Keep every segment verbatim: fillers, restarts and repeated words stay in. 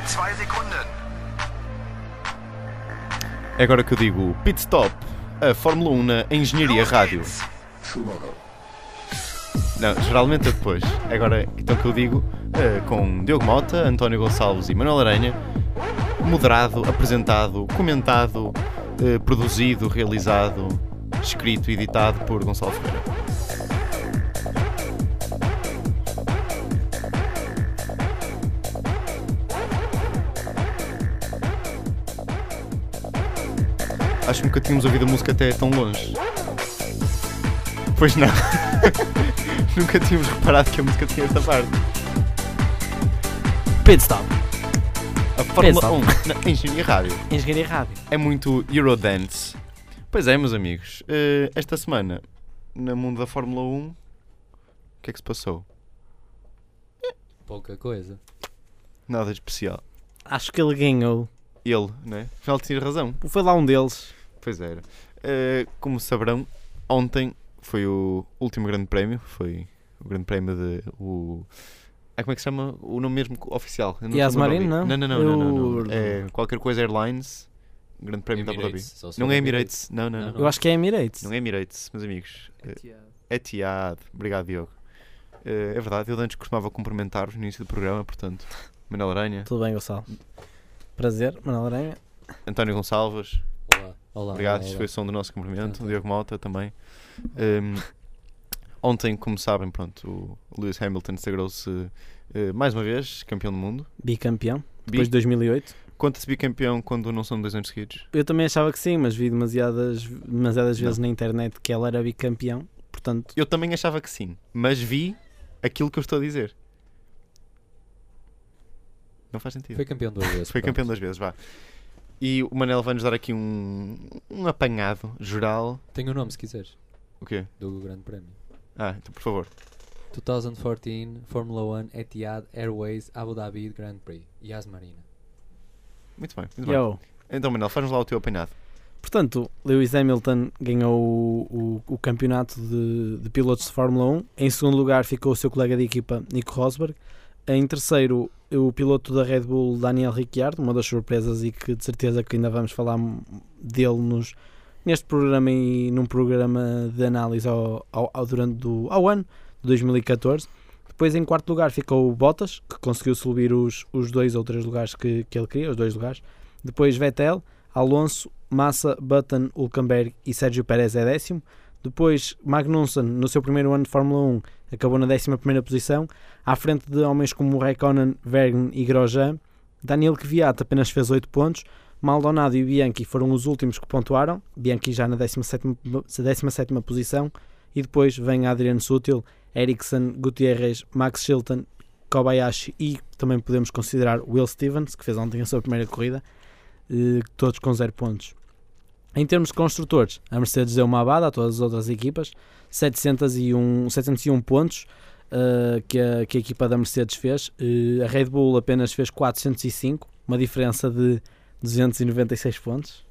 in zwei Sekunden. É agora que eu digo Pit Stop, a Fórmula um na Engenharia Rádio. Não, geralmente é depois. É agora então que eu digo, uh, com Diogo Mota, António Gonçalves e Manuel Aranha, moderado, apresentado, comentado, uh, produzido, realizado, escrito e editado por Gonçalo Ferreira. Acho que nunca tínhamos ouvido a música até tão longe. Pois não. Nunca tínhamos reparado que a música tinha esta parte. Pit Stop. A Fórmula um na Engenharia Rádio. Engenharia Rádio. É muito Eurodance. Pois é, meus amigos. Uh, esta semana, no mundo da Fórmula um, o que é que se passou? Pouca coisa. Nada de especial. Acho que ele ganhou. Ele, não é? Afinal tinha razão. Foi lá um deles. Pois era. Uh, como saberão, ontem foi o último grande prémio. Foi o grande prémio de... O... Ah, como é que se chama? O nome mesmo oficial? Yas Marine, não? Não, não, não. não, não, não. É qualquer coisa Airlines. Grande prémio da Abu Dhabi. Não é Emirates. Não, não, não. Eu acho que é Emirates. Não é Emirates, meus amigos. Etihad. Etihad. Obrigado, Diogo. Uh, é verdade, eu antes costumava cumprimentar-vos no início do programa, portanto. Manuel Aranha. Tudo bem, Gonçalo? Prazer, Manuel Aranha. António Gonçalves. Olá. Olá. Obrigado, olá, isto olá. foi o som do nosso cumprimento. Tá, tá. Diogo Mota também. Um, ontem, como sabem, pronto, o Lewis Hamilton sagrou-se uh, mais uma vez campeão do mundo. Bicampeão. Depois Bi- de dois mil e oito. Conta-se bicampeão quando não são dois anos seguidos? Eu também achava que sim, mas vi demasiadas, demasiadas vezes Não. na internet que ele era bicampeão. Portanto, Eu também achava que sim, mas vi aquilo que eu estou a dizer. Não faz sentido. Foi campeão duas vezes. Foi pronto. campeão duas vezes, vá. E o Manel vai-nos dar aqui um, um apanhado geral. Tem o nome, se quiseres, O quê? do Grande Prémio. Ah, então por favor. twenty fourteen Fórmula um Etihad Airways Abu Dhabi Grand Prix. Yas Marina. Muito bem, muito bem. eu. Então, Manel, faz-nos lá o teu apanhado. Portanto, Lewis Hamilton ganhou o, o, o campeonato de, de pilotos de Fórmula um. Em segundo lugar ficou o seu colega de equipa, Nico Rosberg. Em terceiro, o piloto da Red Bull, Daniel Ricciardo, uma das surpresas e que de certeza que ainda vamos falar dele nos, neste programa e num programa de análise ao, ao, ao, durante do, ao ano de dois mil e catorze. Depois, em quarto lugar, ficou o Bottas, que conseguiu subir os, os dois ou três lugares que, que ele queria, os dois lugares. Depois, Vettel, Alonso, Massa, Button, Hülkenberg e Sérgio Pérez é décimo. Depois, Magnussen, no seu primeiro ano de Fórmula um, acabou na décima primeira posição, à frente de homens como Raikkonen, Vergne e Grosjean. Daniel Kvyat apenas fez oito pontos. Maldonado e Bianchi foram os últimos que pontuaram, Bianchi já na décima sétima posição. E depois vem Adrian Sutil, Ericsson, Gutierrez, Max Chilton, Kobayashi e também podemos considerar Will Stevens, que fez ontem a sua primeira corrida, todos com zero pontos. Em termos de construtores, a Mercedes deu uma abada a todas as outras equipas, setecentos e um, setecentos e um pontos uh, que, a, que a equipa da Mercedes fez. Uh, a Red Bull apenas fez quatrocentos e cinco, uma diferença de duzentos e noventa e seis pontos.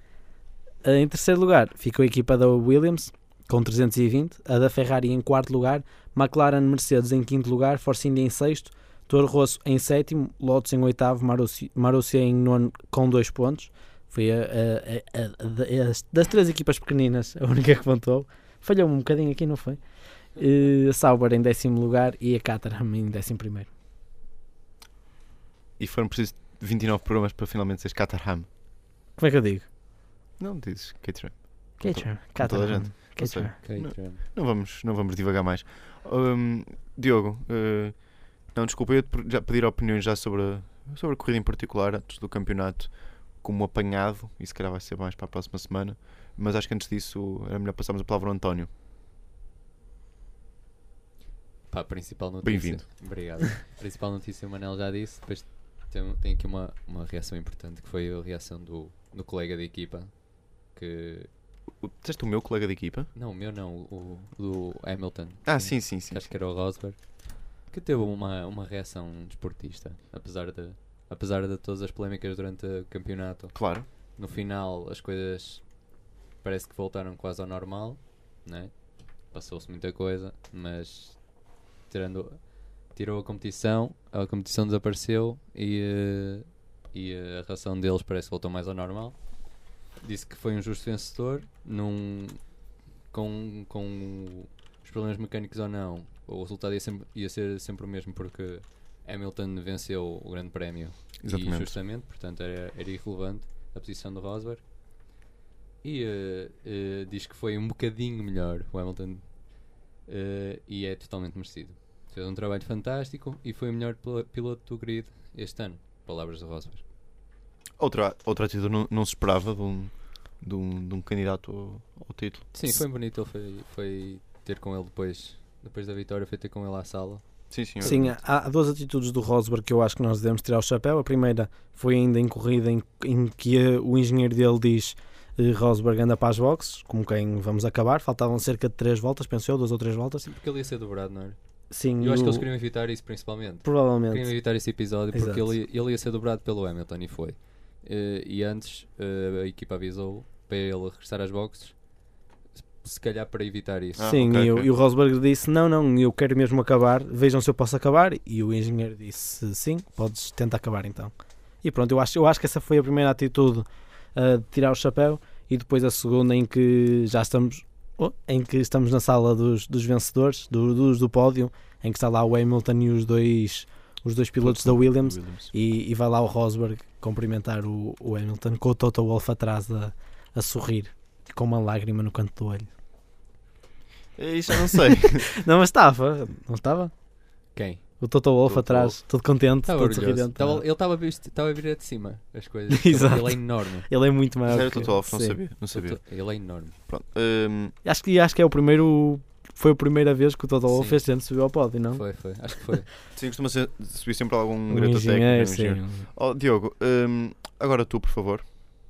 Uh, em terceiro lugar ficou a equipa da Williams, com trezentos e vinte, a da Ferrari em quarto lugar, McLaren, Mercedes em quinto lugar, Force India em sexto, Toro Rosso em sétimo, Lotus em oitavo, Marussia, Marussia em nono com dois pontos. Foi a, a, a, a, a, das três equipas pequeninas a única que pontuou. Falhou-me um bocadinho aqui, não foi? Uh, a Sauber em décimo lugar e a Caterham em décimo primeiro. E foram precisos vinte e nove programas para finalmente seres Caterham. Como é que eu digo? Não dizes Caterham. Caterham. Com toda a gente. Caterham. Caterham. Não vamos, não vamos divagar mais. Um, Diogo, uh, não, desculpa, eu ia te já pedir opiniões já sobre a, sobre a corrida em particular, antes do campeonato, como apanhado, e se calhar vai ser mais para a próxima semana, mas acho que antes disso era melhor passarmos a palavra ao António. Pá, principal notícia. Bem-vindo. Obrigado. Principal notícia, o Manel já disse. Depois tem, tem aqui uma, uma reação importante, que foi a reação do, do colega de equipa, que... O, disseste o meu colega de equipa? Não, o meu não, o, o do Hamilton. Ah, que- sim, sim, sim. que Acho que era o Rosberg, que teve uma, uma reação desportista, apesar de, apesar de todas as polémicas durante o campeonato. Claro. No final as coisas parece que voltaram quase ao normal, né? Passou-se muita coisa, mas tirando, tirou a competição, a competição desapareceu e, uh, e a relação deles parece que voltou mais ao normal. Disse que foi um justo vencedor, num, com, com os problemas mecânicos ou não, o resultado ia, sempre, ia ser sempre o mesmo porque Hamilton venceu o grande prémio. Exatamente. E justamente, portanto era, era irrelevante a posição do Rosberg. E uh, uh, diz que foi um bocadinho melhor o Hamilton uh, e é totalmente merecido. Fez um trabalho fantástico e foi o melhor pil- piloto do grid este ano. Palavras do Rosberg. Outra, outra atitude não, não se esperava de um, de um, de um candidato ao, ao título. Sim, foi bonito. Ele foi, foi ter com ele depois, depois da vitória, foi ter com ele à sala. Sim, sim. Sim, há, há duas atitudes do Rosberg que eu acho que nós devemos tirar o chapéu. A primeira foi ainda em corrida em, em que uh, o engenheiro dele diz uh, Rosberg anda para as boxes, como quem vamos acabar. Faltavam cerca de três voltas, penso eu, duas ou três voltas. Sim, porque ele ia ser dobrado, não era? Sim, Eu acho o- que eles queriam evitar isso principalmente. provavelmente. Queriam evitar esse episódio porque Exato. ele, ele ia ser dobrado pelo Hamilton e foi. Uh, e antes uh, a equipa avisou para ele regressar às boxes, se calhar para evitar isso. Ah, Sim, ok, e, o- ok. e o Rosberg disse não, não, eu quero mesmo acabar, vejam se eu posso acabar. E o engenheiro disse sim, podes tentar acabar então. E pronto, eu acho, eu acho que essa foi a primeira atitude uh, de tirar o chapéu. E depois a segunda em que já estamos oh, em que estamos na sala dos, dos vencedores, do, dos do pódio, em que está lá o Hamilton e os dois, os dois pilotos da Williams. Williams. E, e vai lá o Rosberg cumprimentar o, o Hamilton com o Toto Wolff atrás a, a sorrir, com uma lágrima no canto do olho. É, isso eu não sei. Não, mas estava, não estava? Quem? O Toto Wolff Toto atrás, todo contente, Estava todo orgulhoso. sorridente. Tava- ele estava a vir estava a vir de cima as coisas. Exato. Ele é enorme. Ele é muito maior. Mas era que- Toto Wolff, não sim. sabia. Não sabia. Ele é enorme. Pronto. hum, Acho que, acho que é o primeiro. Foi a primeira vez que o Toto Wolff Sim. este ano subiu ao pódio, não? Foi, foi. Acho que foi. sim, costuma ser, subir sempre algum Um diretor engenheiro, técnico. um engenheiro. sim. Oh, Diogo, hum, agora tu, por favor.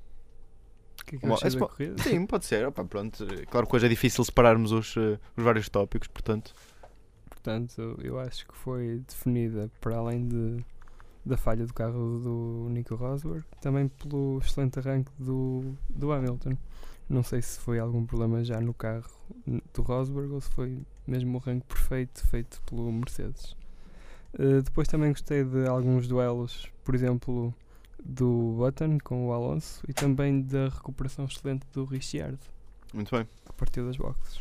O que é que eu Bom, achei esse da po- corrida? Sim, pode ser. Opa, pronto. Claro que hoje é difícil separarmos os, eh, os vários tópicos, portanto. Portanto, eu acho que foi definida, para além de, da falha do carro do Nico Rosberg, também pelo excelente arranque do, do Hamilton. Não sei se foi algum problema já no carro do Rosberg ou se foi mesmo o arranque perfeito feito pelo Mercedes. Uh, depois também gostei de alguns duelos, por exemplo, do Button com o Alonso e também da recuperação excelente do Ricciardo, Muito bem. que partiu das boxes.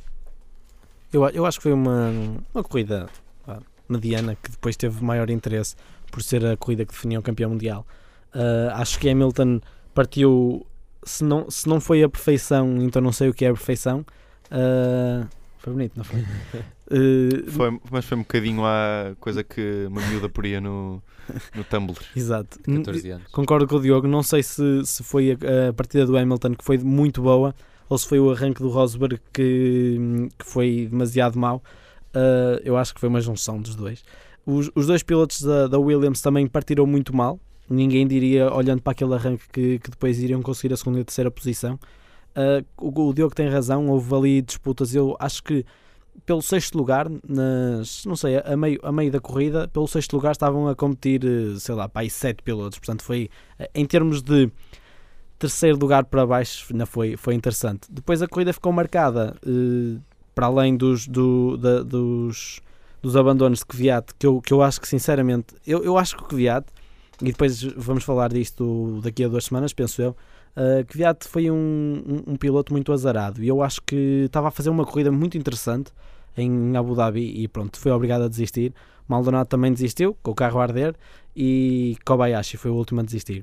Eu, eu acho que foi uma, uma corrida pá, mediana que depois teve maior interesse por ser a corrida que definia o campeão mundial. Uh, acho que Hamilton partiu, se não, se não foi a perfeição, então não sei o que é a perfeição. Uh, foi bonito, não foi? Uh, Foi, mas foi um bocadinho a coisa que uma miúda poria no, no Tumblr. Exato. catorze anos. Concordo com o Diogo, não sei se, se foi a, a partida do Hamilton que foi muito boa ou se foi o arranque do Rosberg que, que foi demasiado mau. Uh, eu acho que foi uma junção dos dois. Os, os dois pilotos da, da Williams também partiram muito mal. Ninguém diria, olhando para aquele arranque, que, que depois iriam conseguir a segunda e a terceira posição. Uh, o, o Diogo tem razão, houve ali disputas. Eu acho que pelo sexto lugar, nas, não sei, a meio, a meio da corrida, pelo sexto lugar estavam a competir, sei lá, para aí sete pilotos. Portanto, foi, em termos de terceiro lugar para baixo, ainda foi, foi interessante. Depois a corrida ficou marcada, eh, para além dos, do, da, dos, dos abandonos de Kvyat, que eu, que eu acho que, sinceramente, eu, eu acho que o Kvyat, e depois vamos falar disto daqui a duas semanas, penso eu, uh, Kvyat foi um, um, um piloto muito azarado, e eu acho que estava a fazer uma corrida muito interessante em Abu Dhabi, e pronto, foi obrigado a desistir. Maldonado também desistiu, com o carro a arder, e Kobayashi foi o último a desistir.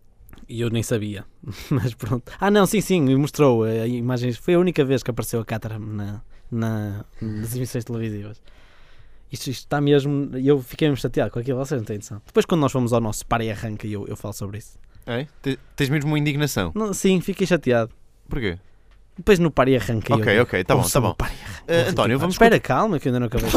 E eu nem sabia, mas pronto. Ah não, sim, sim, mostrou a imagens. Foi a única vez que apareceu a Caterham na, na, nas emissões televisivas. Isto, isto está mesmo. E eu fiquei-me chateado com aquilo, vocês não têm noção. Depois, quando nós fomos ao nosso para e arranca, eu, eu falo sobre isso. É? Te- Tens mesmo uma indignação. Não, sim, fiquei chateado. Porquê? Depois no para e arranca. Ok, eu, ok, tá bom, ouça tá o bom. para e arranca. Eh, António, vamos... Espera, calma, que eu ainda não acabei.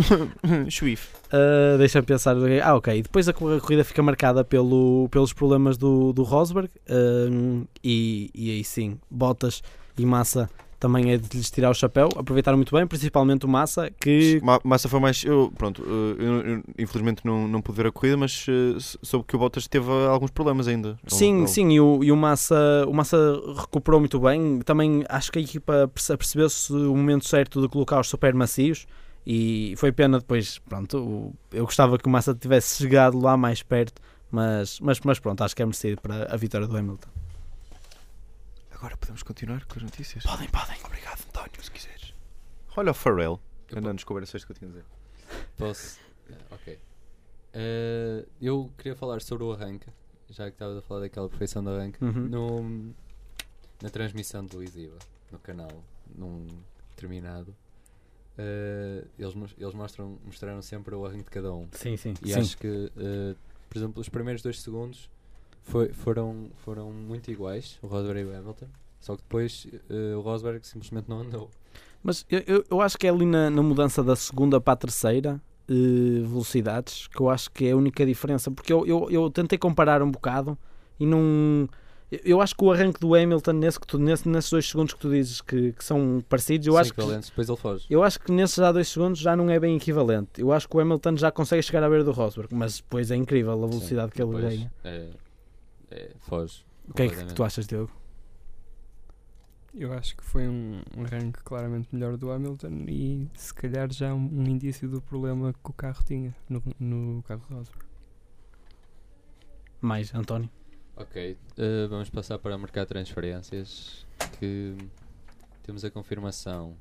Chuif. Uh, Deixa-me pensar. Ah, ok. E depois a cor- a corrida fica marcada pelo, pelos problemas do, do Rosberg. uh, e, e aí sim, Bottas e Massa também é de lhes tirar o chapéu. Aproveitaram muito bem, principalmente o Massa, que Ma- Massa foi mais... Eu, pronto, eh, eu, eu, infelizmente não, não pude ver a corrida, mas eh, soube que o Bottas teve alguns problemas ainda. sim, Ele- sim, e o, e o Massa o Massa recuperou muito bem. Também acho que a equipa perce- percebeu-se o momento certo de colocar os super macios E foi pena depois, pronto, o- eu gostava que o Massa tivesse chegado lá mais perto, mas, mas, mas pronto, acho que é merecido para a vitória do Hamilton. Agora podemos continuar com as notícias. Podem, podem. Obrigado, António, se quiseres. Olha o Pharrell. Eu Andando, desculpa, era só isto que eu tinha a dizer. Posso? Ah, ok. Eh, eu queria falar sobre o arranque, já que estavas a falar daquela perfeição do arranque, Uhum. no, na transmissão televisiva, no canal, num determinado. eh, eles, mos- eles mostram, mostraram sempre o arranque de cada um. Sim, sim. E sim. acho que, eh, por exemplo, os primeiros dois segundos foi- foram, foram muito iguais, o Rosberg e o Hamilton. Só que depois eh, o Rosberg simplesmente não andou. Mas eu, eu, eu acho que é ali na, na mudança da segunda para a terceira eh, velocidades que eu acho que é a única diferença, porque eu, eu, eu tentei comparar um bocado e não. Eu, eu acho que o arranque do Hamilton, nesse que tu, nesse, nesses dois segundos que tu dizes que, que são parecidos, eu Sim, acho que. equivalentes, depois ele foge. Eu acho que nesses já dois segundos já não é bem equivalente. Eu acho que o Hamilton já consegue chegar à beira do Rosberg, mas depois é incrível a velocidade Sim, que ele depois, ganha. é, é, foge. O que é que completamente. tu achas, Diogo? Eu acho que foi um um arranque claramente melhor do Hamilton e se calhar já um, um indício do problema que o carro tinha no, no carro de Rosberg. Mais, António? Ok, eh, vamos passar para o mercado de transferências, que temos a confirmação,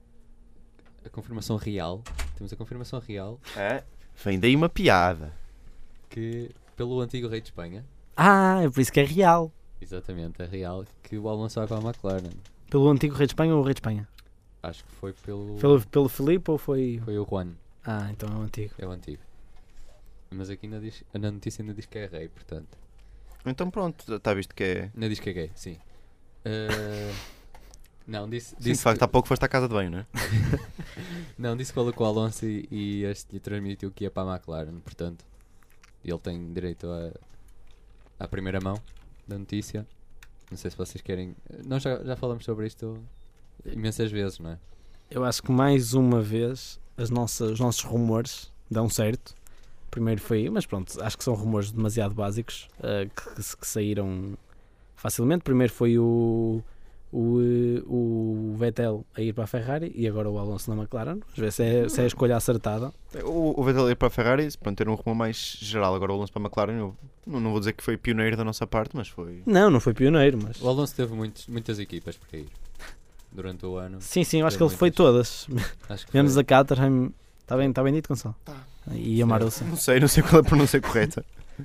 a confirmação real, temos a confirmação real É? Vem daí uma piada. que pelo antigo rei de Espanha, Ah, é por isso que é real. exatamente, é real, que o Alonso vai para a McLaren. Pelo antigo rei de Espanha ou o rei de Espanha? Acho que foi pelo, Pelo, pelo Filipe ou foi. foi o Juan, Ah, então é o antigo. é o antigo. Mas aqui ainda diz, na notícia ainda diz que é rei, portanto. Então pronto, está visto que é. Ainda diz que é gay, sim. Eh, não, disse, Sim, de disse facto, que- há pouco foste à casa de banho, não é? Não, disse que falou com o Alonso e, e este lhe transmitiu que ia para a McLaren, portanto, ele tem direito a, à primeira mão da notícia. Não sei se vocês querem. Nós já, já falamos sobre isto imensas vezes, não é? Eu acho que mais uma vez as nossas, os nossos rumores dão certo. Primeiro foi, mas pronto, acho que são rumores demasiado básicos eh, que, que- que saíram facilmente. Primeiro foi o, o, eh, o Vettel a ir para a Ferrari e agora o Alonso na McLaren. Vamos ver se é, se é a escolha acertada. O, o Vettel ir para a Ferrari, pronto, ter um rumo mais geral. Agora o Alonso para a McLaren, eu não, não vou dizer que foi pioneiro da nossa parte, mas foi. Não, não foi pioneiro, mas. O Alonso teve muitos, muitas equipas para ir durante o ano. Sim, sim, eu acho que Teve ele foi muitas. todas. Acho que Menos foi. a Caterham. Está bem, tá bem dito, Gonçalo? Tá. E a Marussa. Não sei, não sei qual é a pronúncia correta.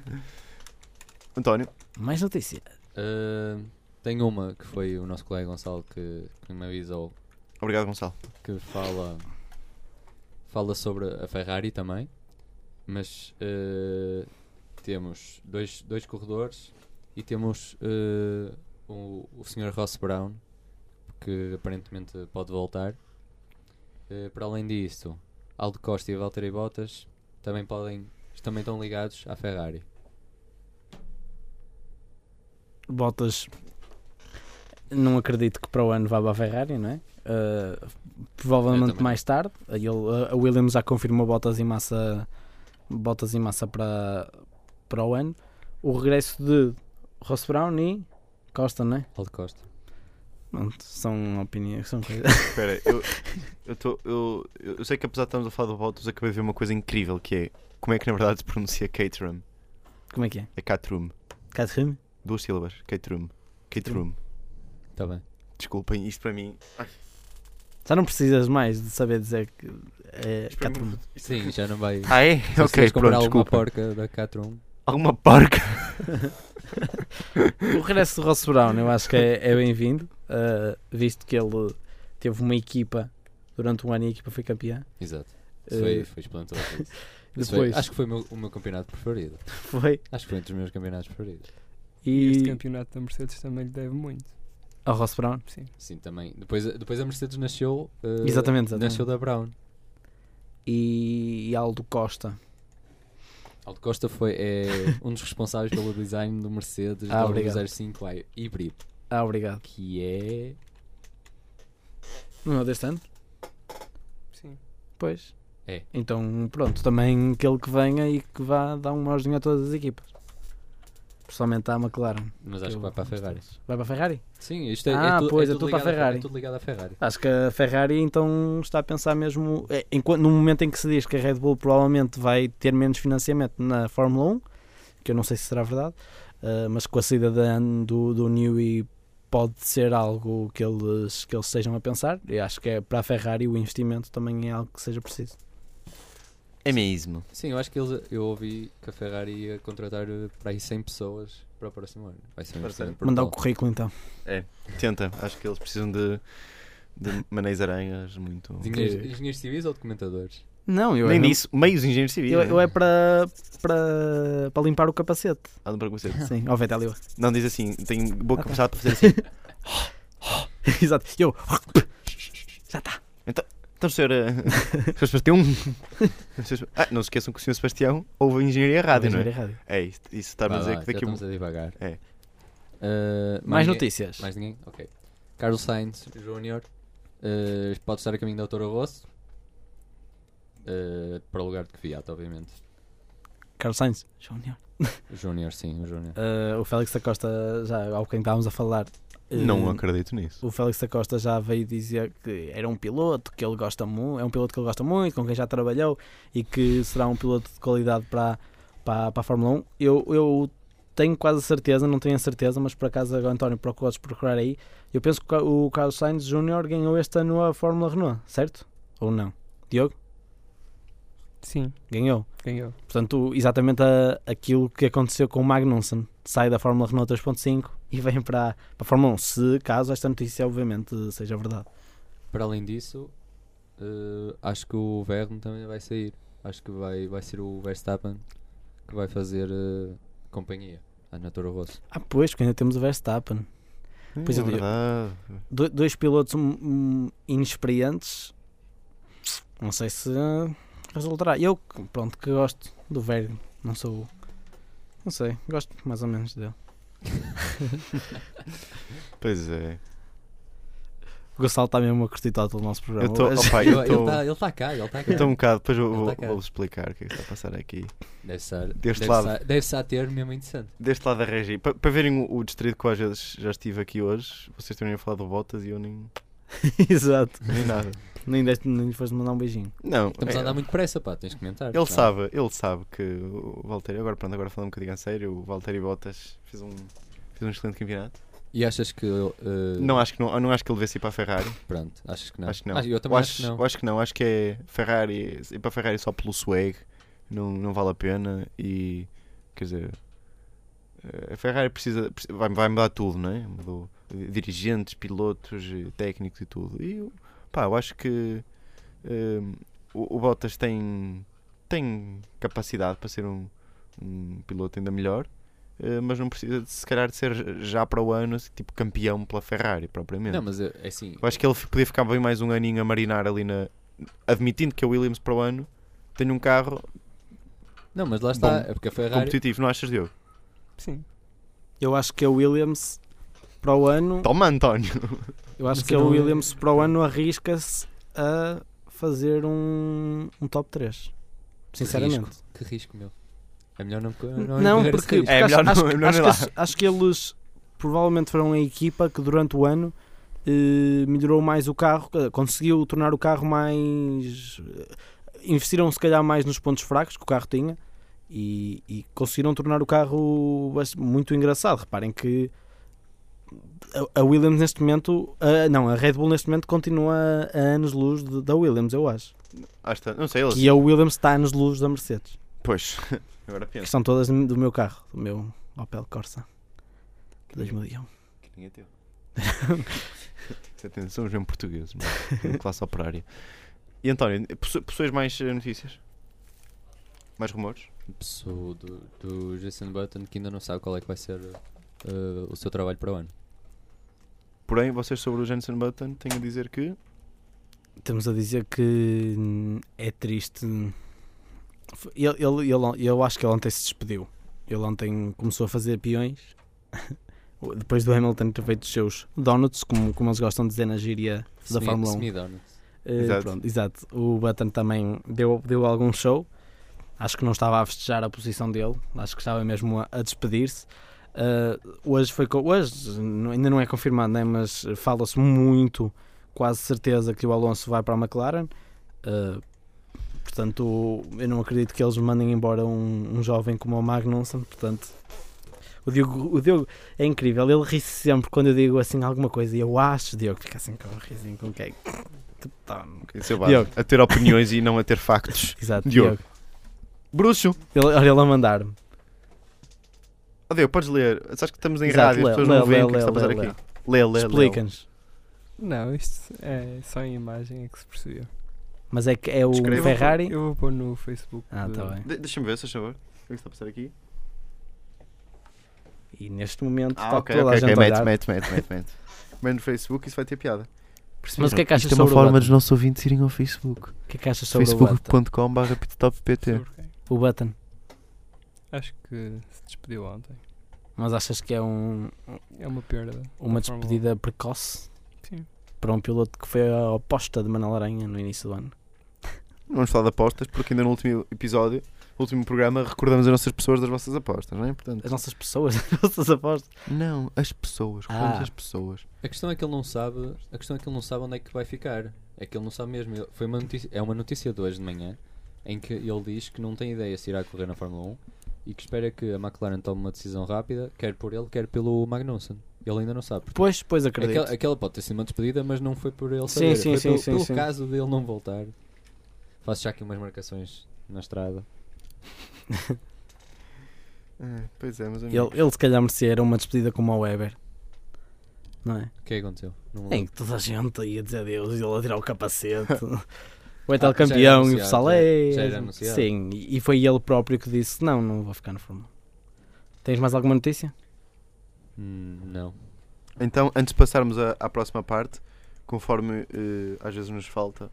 António, Mais notícia. Uh, tem uma que foi o nosso colega Gonçalo que, que me avisou obrigado, Gonçalo. que fala fala sobre a Ferrari também, mas uh, temos dois, dois corredores e temos uh, o, o senhor Ross Brown, que aparentemente pode voltar. Uh, para além disso, Aldo Costa e Valtteri Bottas também podem, também estão ligados à Ferrari. Bottas, não acredito que para o ano vá para a Ferrari, não é? Uh, Eu provavelmente também mais tarde. Ele, a Williams já confirmou Bottas e Massa, Bottas e Massa para, para o ano. O regresso de Ross Brown e Costa, não é? Aldo Costa. Pronto, são opiniões, são coisas. Espera, eu, eu, tô, eu, eu sei que apesar de estarmos a falar do Bottas, acabei de ver uma coisa incrível que é como é que na verdade se pronuncia Caterham. Como é que é? É Caterham. Caterham? Duas sílabas. Caterham. Caterham. Está bem. Desculpem, isto para mim. Já não precisas mais de saber dizer que é Isto para mim- Caterham. Sim, já não vai. Ah, é? Se Ok, quiseres comprar pronto, alguma desculpa. porca da Caterham, Alguma porca. O regresso do Ross Brown eu acho que é, é bem-vindo, uh, visto que ele teve uma equipa durante um ano e a equipa foi campeã. exato. Eh, Foi, foi espantoso. isso. Isso foi- Depois acho que foi o meu, o meu campeonato preferido. foi. Acho que foi entre os meus campeonatos preferidos. E este E campeonato da Mercedes também lhe deve muito. ao Ross Brown. Sim. Sim, também. Depois, depois a Mercedes nasceu. eh, Exatamente, exatamente. Nasceu da Brown. E, e Aldo Costa. Aldo Costa foi é, um dos responsáveis pelo design do Mercedes Ah, do obrigado. zero cinco i híbrido, Ah, obrigado. que é. Não é deste ano? Sim. Pois. É. Então, pronto, também aquele que venha e que vá dar um maiorzinho a todas as equipas. Pessoalmente à McLaren. Mas acho que vai para a Ferrari. Vai para a Ferrari? Sim, isto é, Ah, é, tu, pois, é, é tudo tudo para a ligado Ferrari. É tudo ligado à Ferrari. Acho que a Ferrari então está a pensar mesmo, é, enquanto, no momento em que se diz que a Red Bull provavelmente vai ter menos financiamento na Fórmula um, que eu não sei se será verdade, uh, mas com a saída da, do, do Newey pode ser algo que eles, que eles estejam a pensar. Eu acho que é para a Ferrari o investimento também é algo que seja preciso. É mesmo. Sim, eu acho que eles, eu ouvi que a Ferrari ia contratar eh, para aí cem pessoas para o próximo ano. Vai ser um investimento Mandar o brutal. currículo então. É, tenta. Acho que eles precisam de, de manéis aranhas muito. De engenheiros, engenheiros civis ou documentadores? Não, eu Nem é mesmo- disso, meios engenheiros civis. Eu, né? eu é para, para, para limpar o capacete. Ah, não para você. Sim, ó Vettel. Não diz assim, tem boa Ok. capacidade para fazer assim. Exato. Eu. Já está. Então, senhor, eh, senhor Sebastião. Ah, não se esqueçam que o senhor Sebastião ouve engenharia rádio, não é? Rádio. É isso. Isso está-me a Vá dizer lá, que daqui a já estamos a divagar. É. Eh, Mais ninguém- notícias. Mais ninguém? Ok. Carlos Sainz Júnior eh, pode estar a caminho da Toro Rosso eh, para o lugar de Kvyat, obviamente. Carlos Sainz Júnior. Júnior, sim, o Júnior. Uh, o Félix da Costa, já ao quem estávamos a falar, uh, Não acredito nisso. o Félix da Costa já veio dizer que era um piloto que ele gosta muito, é um piloto que ele gosta muito, com quem já trabalhou e que será um piloto de qualidade para, para, para a Fórmula um. Eu, eu tenho quase certeza, não tenho a certeza, mas por acaso agora António procurou procurar aí. Eu penso que o Carlos Sainz Júnior ganhou este ano a Fórmula Renault, certo? Ou não? Diogo? Sim, Ganhou. ganhou. Portanto, exatamente a, aquilo que aconteceu com o Magnussen. Sai da Fórmula Renault três ponto cinco e vem para, para a Fórmula um. Se caso esta notícia, obviamente, seja verdade. Para além disso, eh, acho que o Vergne também vai sair. Acho que vai, vai ser o Verstappen que vai fazer eh, companhia na Toro Rosso. Ah, pois, porque ainda temos o Verstappen. Pois é eu digo. verdade. Do, dois pilotos hum, hum, inexperientes. Não sei se resultará. Eu, pronto, que gosto do Vergne. Não sou. Não sei, gosto mais ou menos dele. Pois é. O Gonçalo está mesmo a curtir todo o nosso programa. Eu tô- hoje. opa, Ele eu está tô- ele tá cá, ele está cá. Eu estou um bocado, depois eu Ele vou, tá cá. vou explicar o que é que está a passar aqui. Deve estar, Deste deve lado. estar- deve estar a ter mesmo interessante. Deste lado da regi. Para, para verem o, o distrito que eu às vezes já estive aqui hoje, vocês terem a falar do Bottas e eu nem, Exato. nem nada. Nem, deste, nem lhe foste mandar um beijinho. Não, Estamos é- a andar muito pressa, pá, tens que comentar. ele Não. sabe, ele sabe que o Valtteri, agora pronto, agora falando um bocadinho a sério, o Valtteri Bottas fez um, fez um excelente campeonato. E achas que. eh, Não acho que não, não acho que ele devesse ir para a Ferrari. Pronto, achas que não? Acho que não. Ah, eu também Eu acho, que não. eu acho que não, acho que é Ferrari, ir para a Ferrari só pelo swag, não, não vale a pena e quer dizer, a Ferrari precisa, precisa- vai, vai mudar tudo, não é? Mudou dirigentes, pilotos, técnicos e tudo. E eu- pá, eu acho que hum, o, o Bottas tem, tem capacidade para ser um, um piloto ainda melhor. eh, Mas não precisa de, se calhar de ser já para o ano tipo campeão pela Ferrari propriamente. Não, mas é é assim. Eu acho que ele f- podia ficar bem mais um aninho a marinar ali na. Admitindo que a Williams para o ano tem um carro Não, mas lá está. Bom, É porque a Ferrari. competitivo, não achas, Diogo? Sim. Eu acho que a Williams para o ano. Toma, António! Eu acho Mas que a não- Williams para o ano arrisca-se a fazer um, um top três. Sinceramente. Risco. Que risco, meu. É melhor não. Não, Não, correr porque, esse risco. porque É acho, melhor não- acho, é melhor acho nem que, lá. eles- acho que eles provavelmente foram a equipa que durante o ano eh, melhorou mais o carro, eh, conseguiu tornar o carro mais. eh, investiram se calhar mais nos pontos fracos que o carro tinha e, e conseguiram tornar o carro bas- muito engraçado. Reparem que a, a Williams neste momento, a- não, a Red Bull neste momento continua a, a anos-luz de- da Williams, eu acho. Ah, está, não sei, eles. E a Williams está a anos-luz da Mercedes. Pois, agora Que penso. são todas do meu carro, do meu Opel Corsa de dois mil e um. Que ninguém teve. Atenção, os mesmo portugueses, mas classe operária. E António, possu- possuis mais eh, notícias? Mais rumores? Pessoa do, do Jason Button que ainda não sabe qual é que vai ser eh, o seu trabalho para o ano. Porém, vocês sobre o Jenson Button têm a dizer que. Temos a dizer que hum, é triste. Ele, ele, ele, eu acho que ele ontem se despediu. Ele ontem começou a fazer peões. Depois do Hamilton ter feito os seus donuts, como, como eles gostam de dizer na gíria da Semi- Fórmula um. Semi-donuts. Eh, Exato. pronto, exato. O Button também deu, deu algum show. Acho que não estava a festejar a posição dele. Acho que estava mesmo a, a despedir-se. Uh, hoje foi co- hoje não- ainda não é confirmado, né? Mas fala-se muito, quase certeza, que o Alonso vai para a McLaren. Uh, portanto, eu não acredito que eles mandem embora um, um jovem como o Magnussen. Portanto, o Diogo, o Diogo é incrível, ele ri sempre quando eu digo assim alguma coisa, e eu acho, Diogo, fica assim com um risinho com quem? Que tá. Isso é básico. A ter opiniões e não a ter factos. Exato, Diogo. Diogo. Bruxo. Ele, olha ele a mandar-me. Oh, Diogo, podes ler. Sabes que estamos em Exato, rádio, as lê, pessoas lê, não veem lê, o que é que está a lê, passar lê, aqui. Lê, lê, lê. Explica-nos. Não, isto é só em imagem é que se percebeu. Mas é que é o Escreva. Ferrari. Eu vou pôr no Facebook. Ah, de- tá bem. De- Deixa-me ver, se faz favor. O que é que está a passar aqui? E neste momento Ah, está ok, toda ok, a gente ok. a Mete, olhar. mete, mete, mete, mete. Mas no Facebook isso vai ter piada. Mas o que é que achas Isto é uma sobre o forma Button? dos nossos ouvintes irem ao Facebook. O que é que achas sobre o Button? facebook ponto com barra pitstoppt. sobre quem? O Button. Acho que se despediu ontem. Mas achas que é um, É uma perda. uma da Fórmula despedida precoce um. Sim. para um piloto que foi a oposta de Manuel Aranha no início do ano? Vamos falar de apostas, porque ainda no último episódio, no último programa, recordamos as nossas pessoas das vossas apostas, não é? Portanto, As nossas pessoas, as nossas apostas. não, as pessoas, recordamos Ah. as pessoas. A questão é que ele não sabe, a questão é que ele não sabe onde é que vai ficar. É que ele não sabe mesmo. Ele- Foi uma notícia, é uma notícia de hoje de manhã em que ele diz que não tem ideia se irá correr na Fórmula um e que espera que a McLaren tome uma decisão rápida, quer por ele, quer pelo Magnussen. Ele ainda não sabe. Pois, pois acredito. Aquela, aquela pode ter sido uma despedida, mas não foi por ele Sim, saber. sim, foi sim, pelo, sim, pelo sim. caso dele não voltar. Faço já aqui umas marcações na estrada. É, pois é, mas Ele, ele se calhar merecia era uma despedida como o Weber. Não é? O que é que aconteceu? Não Em que toda a gente ia dizer adeus e ele a tirar o capacete. O Ah, então já era campeão e o anunciado, pessoal já- é. já era anunciado. Sim, e e foi ele próprio que disse: Não, não vou ficar na Fórmula um. Tens mais alguma notícia? Hum, não. Então, antes de passarmos à, à próxima parte, conforme eh, às vezes nos falta,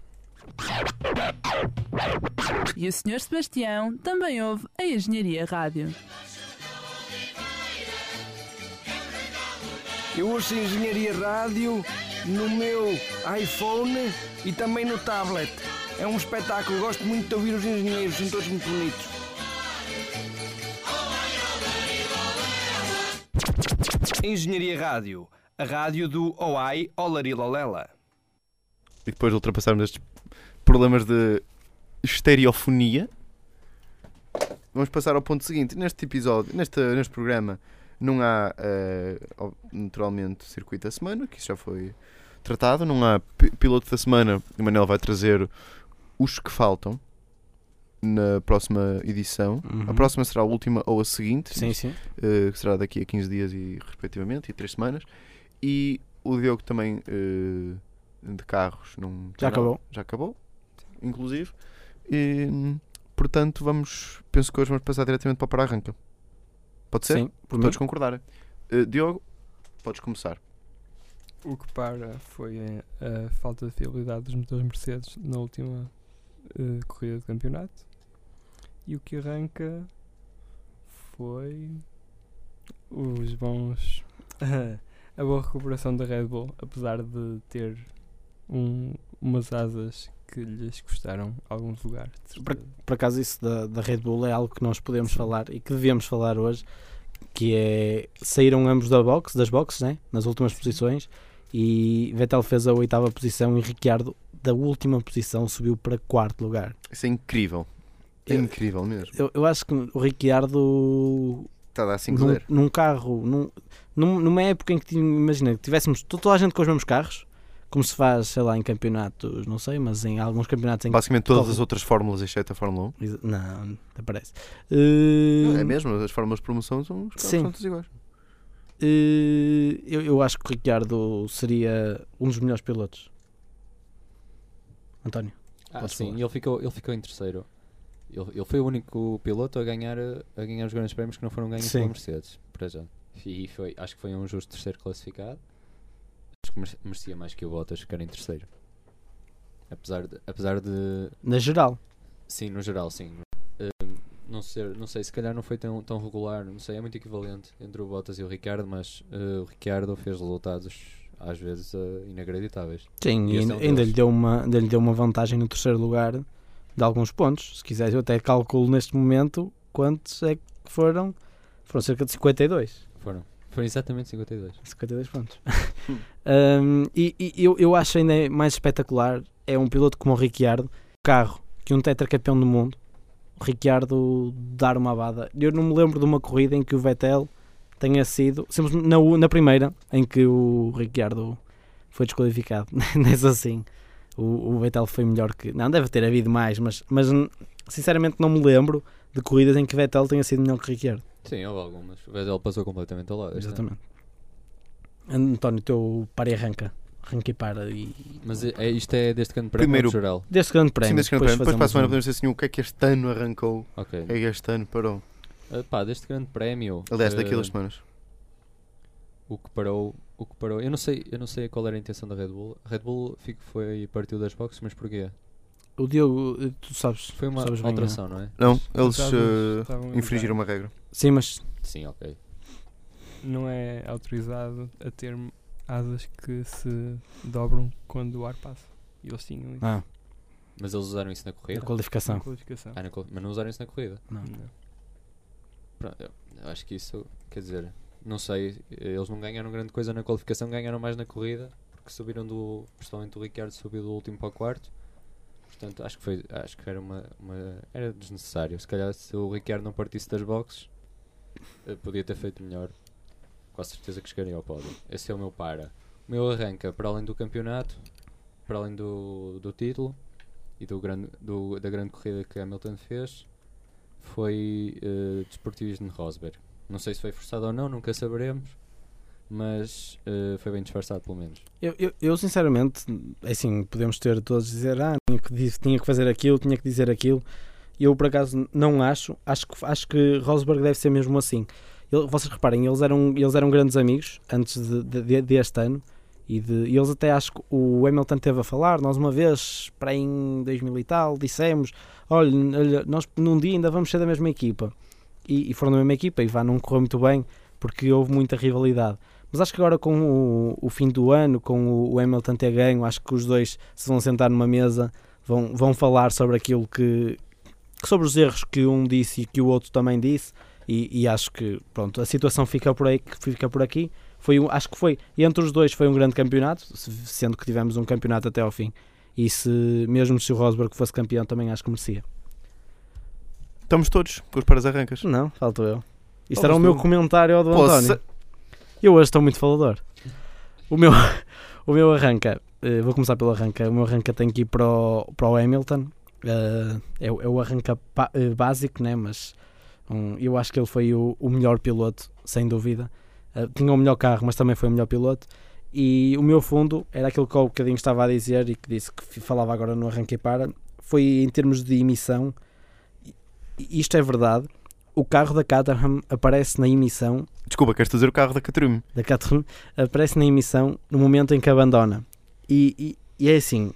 E o senhor Sebastião também ouve a Engenharia Rádio. Eu ouço Engenharia Rádio no meu iPhone e também no tablet. É um espetáculo, gosto muito de ouvir os engenheiros, são todos muito bonitos. Engenharia Rádio, a rádio do Oai Olarilolela. e depois de ultrapassarmos estes problemas de estereofonia, vamos passar ao ponto seguinte. Neste episódio, neste, neste programa, não há eh, ob- naturalmente circuito da semana, que isso já foi tratado. Não há pi- piloto da semana. O Manel vai trazer os que faltam na próxima edição. Uhum. A próxima será a última ou a seguinte, Sim, sim. eh, que será daqui a quinze dias e respectivamente, e três semanas. E o Diogo também eh, de carros não tem Já nada. acabou. Já acabou, inclusive. E, hum, portanto, vamos. Penso que hoje vamos passar diretamente para o para-arranca. Pode ser? Sim, por Por mim. todos concordarem. Eh, Diogo, podes começar. O que para foi a, a falta de fiabilidade dos motores Mercedes na última eh, corrida de campeonato. E o que arranca foi os bons. a boa recuperação da Red Bull, apesar de ter um, umas asas que lhes custaram alguns lugares. de certeza. Por acaso isso da, da Red Bull é algo que nós podemos falar e que devíamos falar hoje, que é, saíram ambos da box, das boxes, né? Nas últimas posições, e Vettel fez a oitava posição e Ricciardo da última posição subiu para quarto lugar. Isso é incrível. É Eu- incrível mesmo. Eu, eu acho que o Ricciardo Está a dar cinco num, zero. num carro, num, num- numa época em que ti- imagina que tivéssemos to- toda a gente com os mesmos carros, como se faz, sei lá, em campeonatos, não sei, mas em alguns campeonatos em que Basicamente todas corre- as outras fórmulas, exceto a Fórmula um. Exa- Não, não aparece. Uh, É mesmo, as fórmulas de promoção são os carros Sim. são todos iguais. uh, eu, eu acho que o Ricciardo seria um dos melhores pilotos. António. Ah, Podes sim, falar. e ele ficou, ele ficou em terceiro. Ele, ele foi o único piloto a ganhar, a ganhar os grandes prémios que não foram ganhos Sim. pela Mercedes, para já. E foi, acho que foi um justo terceiro classificado. Acho que merece- merecia mais que o Bottas ficar em terceiro. Apesar de, apesar de Na geral. sim, no geral, sim. Eh, não, ser, não sei, se calhar não foi tão, tão regular, não sei, é muito equivalente entre o Bottas e o Ricardo, mas eh, o Ricardo fez resultados às vezes eh, inacreditáveis. Sim, E e esse ainda, é um ainda deles. lhe deu uma, ainda lhe deu uma vantagem no terceiro lugar de alguns pontos. Se quiseres, eu até calculo neste momento quantos é que foram. Foram cerca de cinquenta e dois. Foram. Foram exatamente cinquenta e dois. cinquenta e dois pontos. um, e e eu, eu acho ainda mais espetacular é um piloto como o Ricciardo, um carro que um tetracampeão do mundo, o Ricciardo dar uma abada. Eu não me lembro de uma corrida em que o Vettel tenha sido, sempre na, na primeira, em que o Ricciardo foi desqualificado. Nessa assim, o, o Vettel foi melhor que... Não, deve ter havido mais, mas, mas sinceramente não me lembro de corridas em que Vettel tenha sido melhor que Ricciardo. Sim, houve algumas. O Vettel passou completamente ao lado. Exatamente. António, teu para e arranca. Arranca e para. E... Mas é, é, isto é deste grande prémio Primeiro- ou geral? Deste grande prémio. Sim, desse grande prémio. Depois para a fazemos semana um- podemos dizer assim o que é que este ano arrancou, Ok. o que é que este ano parou. Ah, pá, deste grande prémio. Aliás, daqui a ah, duas semanas. o que parou, o que parou. Eu não sei, eu não sei qual era a intenção da Red Bull. A Red Bull fico, foi partiu das boxes, mas porquê? O Diogo, tu sabes. Foi uma sabes bem, alteração, não é? Não, Os eles dados eh, estavam infringiram errados. uma regra. Sim, mas Sim, ok. Não é autorizado a ter asas que se dobram quando o ar passa. E eles tinham isso ah, Mas eles usaram isso na a corrida? na qualificação. qualificação. Ah, na qual- mas não usaram isso na corrida? Não. Não. Pronto, eu, eu acho que isso, quer dizer, não sei, eles não ganharam grande coisa na qualificação, ganharam mais na corrida, porque subiram do, principalmente o Ricciardo subiu do último para o quarto. Portanto, acho que foi, acho que era uma, uma era desnecessário. Se calhar se o Ricciardo não partisse das boxes, eh, podia ter feito melhor. Com a certeza que chegaria ao pódio. Esse é o meu para. O meu arranca para além do campeonato, para além do, do título e do grande, do, da grande corrida que Hamilton fez, foi uh, desportivismo de Rosberg. Não sei se foi forçado ou não, nunca saberemos, mas uh, foi bem disfarçado pelo menos. Eu, eu, eu, sinceramente, assim, podemos ter todos a dizer, ah, tinha que, diz- tinha que fazer aquilo, tinha que dizer aquilo. Eu, por acaso, não acho. Acho que, acho que Rosberg deve ser mesmo assim. Ele- vocês reparem, eles eram, eles eram grandes amigos antes de, de, de- deste ano. E, de, e eles até, acho que o Hamilton teve a falar, nós uma vez, para aí em dois mil e tal, dissemos, olha, olha, nós num dia ainda vamos ser da mesma equipa. E, e foram da mesma equipa, e vá, não correu muito bem, porque houve muita rivalidade. Mas acho que agora com o, o fim do ano, com o, o Hamilton ter ganho, acho que os dois se vão sentar numa mesa, vão, vão falar sobre aquilo que, sobre os erros que um disse e que o outro também disse, e, e acho que, pronto, a situação fica por aí, fica por aqui. Foi um, acho que foi, entre os dois foi um grande campeonato, se- sendo que tivemos um campeonato até ao fim. E se, mesmo se o Rosberg fosse campeão, também acho que merecia. Estamos todos com os paras arrancas. Não, falto eu. Isto Falas era o meu tu. comentário ao do Pô, António. se- Eu hoje estou muito falador. O meu, o meu arranca, eh, vou começar pelo arranca. O meu arranca tem que ir para o, para o Hamilton. Eh, é, o- é o arranca pa- eh, básico, né? Mas um, eu acho que ele foi o, o melhor piloto, sem dúvida. Eh, tinha o melhor carro, mas também foi o melhor piloto. E o meu fundo era aquilo que eu há bocadinho estava a dizer e que disse que f- falava agora no arranque e para. Foi em termos de emissão. E isto é verdade. O carro da Caterham aparece na emissão Desculpa, queres dizer o carro da Caterham? da Caterham aparece na emissão no momento em que abandona. E, e, e é assim,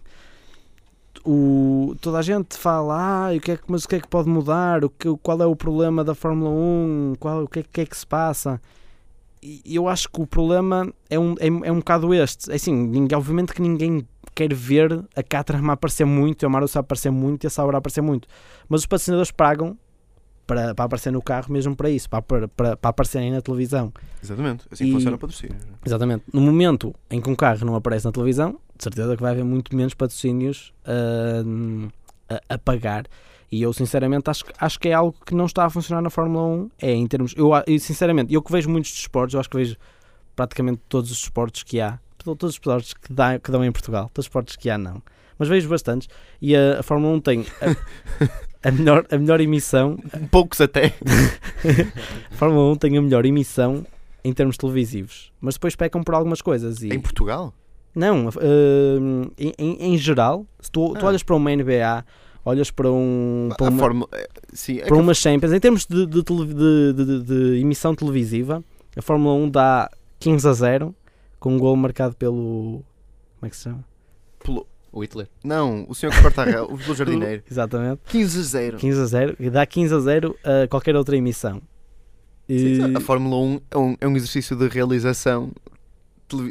o, toda a gente fala, ah, o que é que, mas o que é que pode mudar? O que, qual é o problema da Fórmula um? Qual, o que é, que é que se passa? E eu acho que o problema é um, é, é um bocado este. É assim, ninguém, obviamente que ninguém quer ver a Caterham aparecer muito, a Marussia aparecer muito e a Sauber aparecer muito. Mas os patrocinadores pagam para, para aparecer no carro mesmo para isso, para, para, para, para aparecerem na televisão. Exatamente, assim E- funciona o patrocínio. Exatamente. No momento em que um carro não aparece na televisão, de certeza que vai haver muito menos patrocínios uh, a, a pagar. E eu, sinceramente, acho, que- acho que é algo que não está a funcionar na Fórmula um. É em termos. Eu, a- eu, sinceramente, eu que vejo muitos desportos, eu acho que vejo praticamente todos os desportos que há, todos os desportos que, dá, que dão em Portugal, todos os desportos que há, não. Mas vejo bastantes. E a, a Fórmula um tem a, a, melhor, a melhor emissão. Poucos até. A Fórmula um tem a melhor emissão em termos televisivos. Mas depois pecam por algumas coisas. E, Em Portugal? Não, uh, em, em, em geral, se tu, tu Ah. olhas para uma N B A, olhas para, um, para, a uma, Fórmula... eh, Sim, é para que uma Champions, em termos de, de, tele- de, de, de- de emissão televisiva, a Fórmula um dá quinze a zero, com um gol marcado pelo... Como é que se chama? pelo- O Hitler. Não, o senhor que corta a rel, o pelo jardineiro. Exatamente, quinze a zero. quinze a zero, e dá quinze a zero a qualquer outra emissão. E- Sim, a Fórmula um é um, é um exercício de realização televi-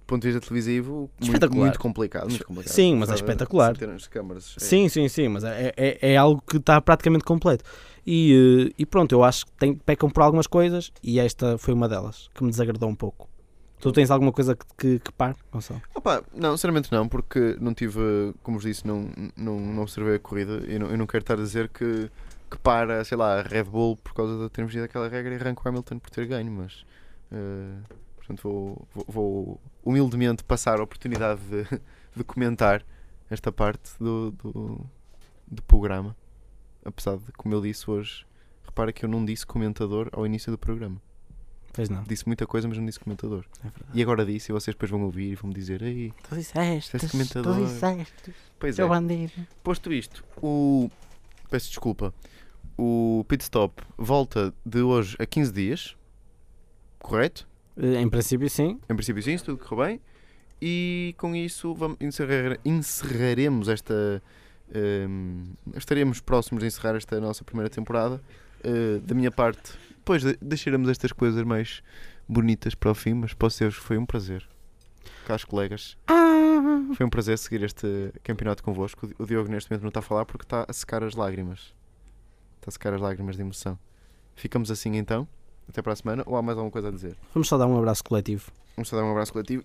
ponto de vista televisivo, muito, Espetacular. muito complicado, muito complicado. Sim, mas é Apesar de- espetacular. de termos câmaras, é- Sim, sim, sim, mas é, é, é algo que está praticamente completo. E, eh, e pronto, eu acho que tem, pecam por algumas coisas e esta foi uma delas que me desagradou um pouco. Tu tens alguma coisa que, que, que par, Gonçalo? Opa, não, sinceramente não, porque não tive, como vos disse, não, não, não observei a corrida e não, eu não quero estar a dizer que, que para, sei lá, a Red Bull por causa de termos ido aquela regra e arranca o Hamilton por ter ganho, mas eh, portanto vou, vou, vou humildemente passar a oportunidade de, de comentar esta parte do, do, do programa, apesar de, como eu disse hoje, repara que eu não disse comentador ao início do programa. Pois não. Disse muita coisa, mas não disse comentador. É verdade. E agora disse, e vocês depois vão ouvir e vão me dizer: Ei, Tu disseste, Esse comentador. tu disseste, pois é. seu bandido. Posto isto, o. Peço desculpa. O pit stop volta de hoje a quinze dias. Correto? Eh, Em princípio, sim. Em princípio, sim, se tudo correu bem. E com isso vamos encerrar, encerraremos esta. hum, estaremos próximos de encerrar esta nossa primeira temporada. Uh, da minha parte, depois de- deixaremos estas coisas mais bonitas para o fim, mas posso dizer que foi um prazer. Caros colegas, foi um prazer seguir este campeonato convosco. O Diogo neste momento não está a falar porque está a secar as lágrimas. Está a secar as lágrimas de emoção. Ficamos assim então. Até para a semana. Ou há mais alguma coisa a dizer? Vamos só dar um abraço coletivo. Vamos só dar um abraço coletivo.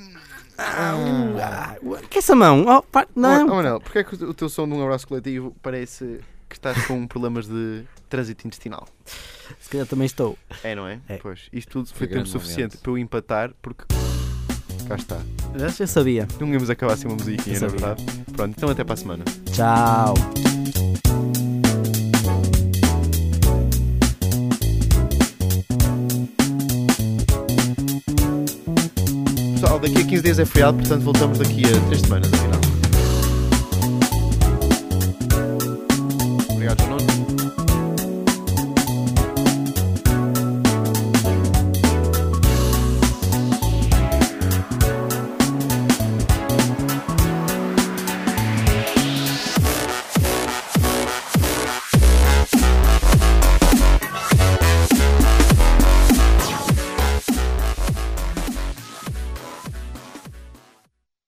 Ah, que essa mão? Oh, pá, Oh, não. oh, Manel, porquê é que o teu som de um abraço coletivo parece que estás com problemas de trânsito intestinal? Se calhar também estou. É, não é? É. Pois. Isto tudo foi Foi tempo grande suficiente momento. para eu empatar porque... Cá está. Eu sabia. Não íamos acabar assim uma musiquinha, Eu na sabia. verdade. Pronto, então até para a semana. Tchau. Pessoal, daqui a quinze dias é feriado, portanto voltamos daqui a três semanas, afinal.